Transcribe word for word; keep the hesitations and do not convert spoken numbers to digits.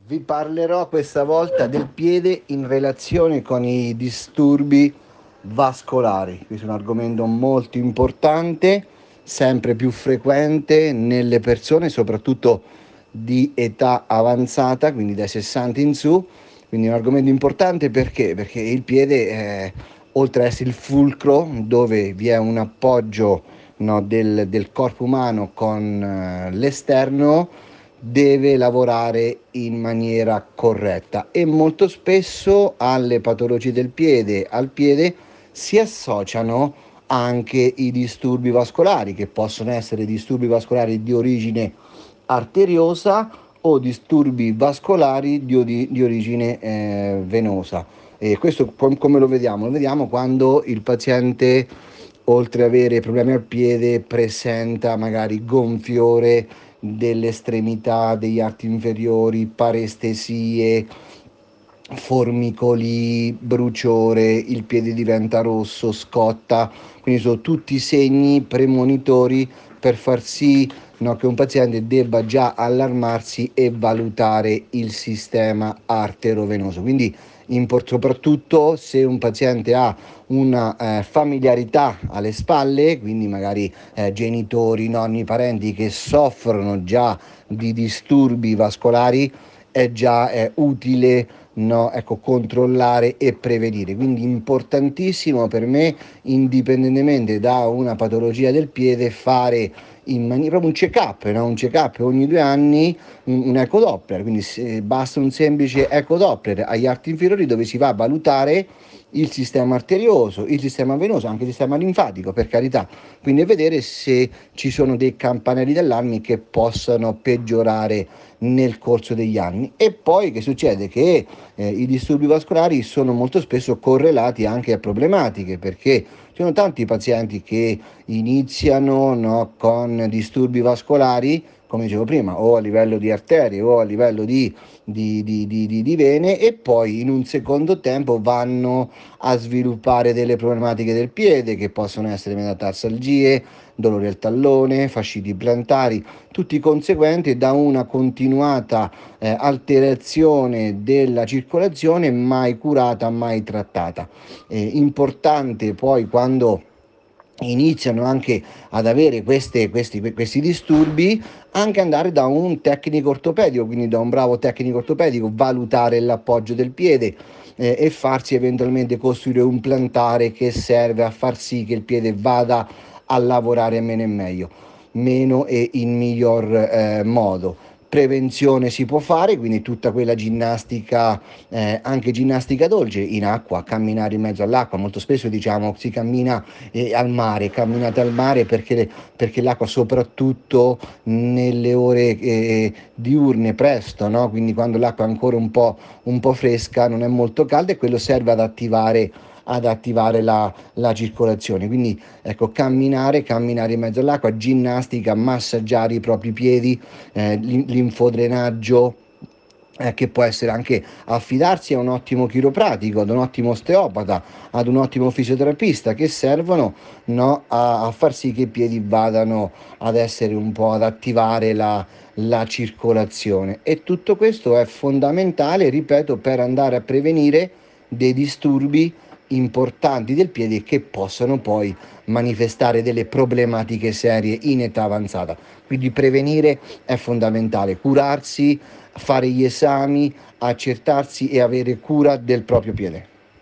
Vi parlerò questa volta del piede in relazione con i disturbi vascolari. Questo è un argomento molto importante, sempre più frequente nelle persone, soprattutto di età avanzata, quindi dai sessanta in su. Quindi è un argomento importante perché? Perché il piede, eh, oltre ad essere il fulcro dove vi è un appoggio, no, del, del corpo umano con eh, l'esterno, deve lavorare in maniera corretta e molto spesso alle patologie del piede, al piede si associano anche i disturbi vascolari, che possono essere disturbi vascolari di origine arteriosa o disturbi vascolari di, odi- di origine eh, venosa. E questo com- come lo vediamo? Lo vediamo quando il paziente, oltre ad avere problemi al piede, presenta magari gonfiore delle estremità, degli arti inferiori, parestesie, formicoli, bruciore, il piede diventa rosso, scotta. Quindi sono tutti segni premonitori per far sì, no, che un paziente debba già allarmarsi e valutare il sistema arterovenoso. Quindi import- soprattutto se un paziente ha una eh, familiarità alle spalle, quindi magari eh, genitori, nonni, parenti che soffrono già di disturbi vascolari, è già eh, utile, no, ecco, controllare e prevenire. Quindi importantissimo per me, indipendentemente da una patologia del piede, fare in maniera proprio un check-up, no? Un check-up ogni due anni, un, un ecodoppler, quindi se, basta un semplice ecodoppler agli arti inferiori dove si va a valutare il sistema arterioso, il sistema venoso, anche il sistema linfatico, per carità, quindi vedere se ci sono dei campanelli d'allarme che possano peggiorare nel corso degli anni. E poi che succede? Che eh, i disturbi vascolari sono molto spesso correlati anche a problematiche, perché ci sono tanti pazienti che iniziano, no, con disturbi vascolari, come dicevo prima, o a livello di arterie o a livello di, di, di, di, di vene, e poi in un secondo tempo vanno a sviluppare delle problematiche del piede che possono essere metatarsalgie, dolori al tallone, fasciti plantari, tutti conseguenti da una continuata eh, alterazione della circolazione mai curata, mai trattata. Eh, importante poi quando iniziano anche ad avere queste, questi, questi disturbi, anche andare da un tecnico ortopedico, quindi da un bravo tecnico ortopedico, valutare l'appoggio del piede eh, e farsi eventualmente costruire un plantare che serve a far sì che il piede vada a lavorare meno e meglio, meno e in miglior eh, modo. Prevenzione si può fare, quindi tutta quella ginnastica, eh, anche ginnastica dolce in acqua, camminare in mezzo all'acqua. Molto spesso diciamo si cammina eh, al mare, camminate al mare perché, perché l'acqua, soprattutto nelle ore eh, diurne, presto, no? Quindi quando l'acqua è ancora un po', un po' fresca, non è molto calda, e quello serve ad attivare ad attivare la, la circolazione. Quindi ecco, camminare, camminare in mezzo all'acqua, ginnastica, massaggiare i propri piedi, eh, l'infodrenaggio, eh, che può essere anche affidarsi a un ottimo chiropratico, ad un ottimo osteopata, ad un ottimo fisioterapista, che servono, no, a, a far sì che i piedi vadano ad essere un po' ad attivare la, la circolazione. E tutto questo è fondamentale, ripeto, per andare a prevenire dei disturbi importanti del piede che possono poi manifestare delle problematiche serie in età avanzata. Quindi prevenire è fondamentale, curarsi, fare gli esami, accertarsi e avere cura del proprio piede.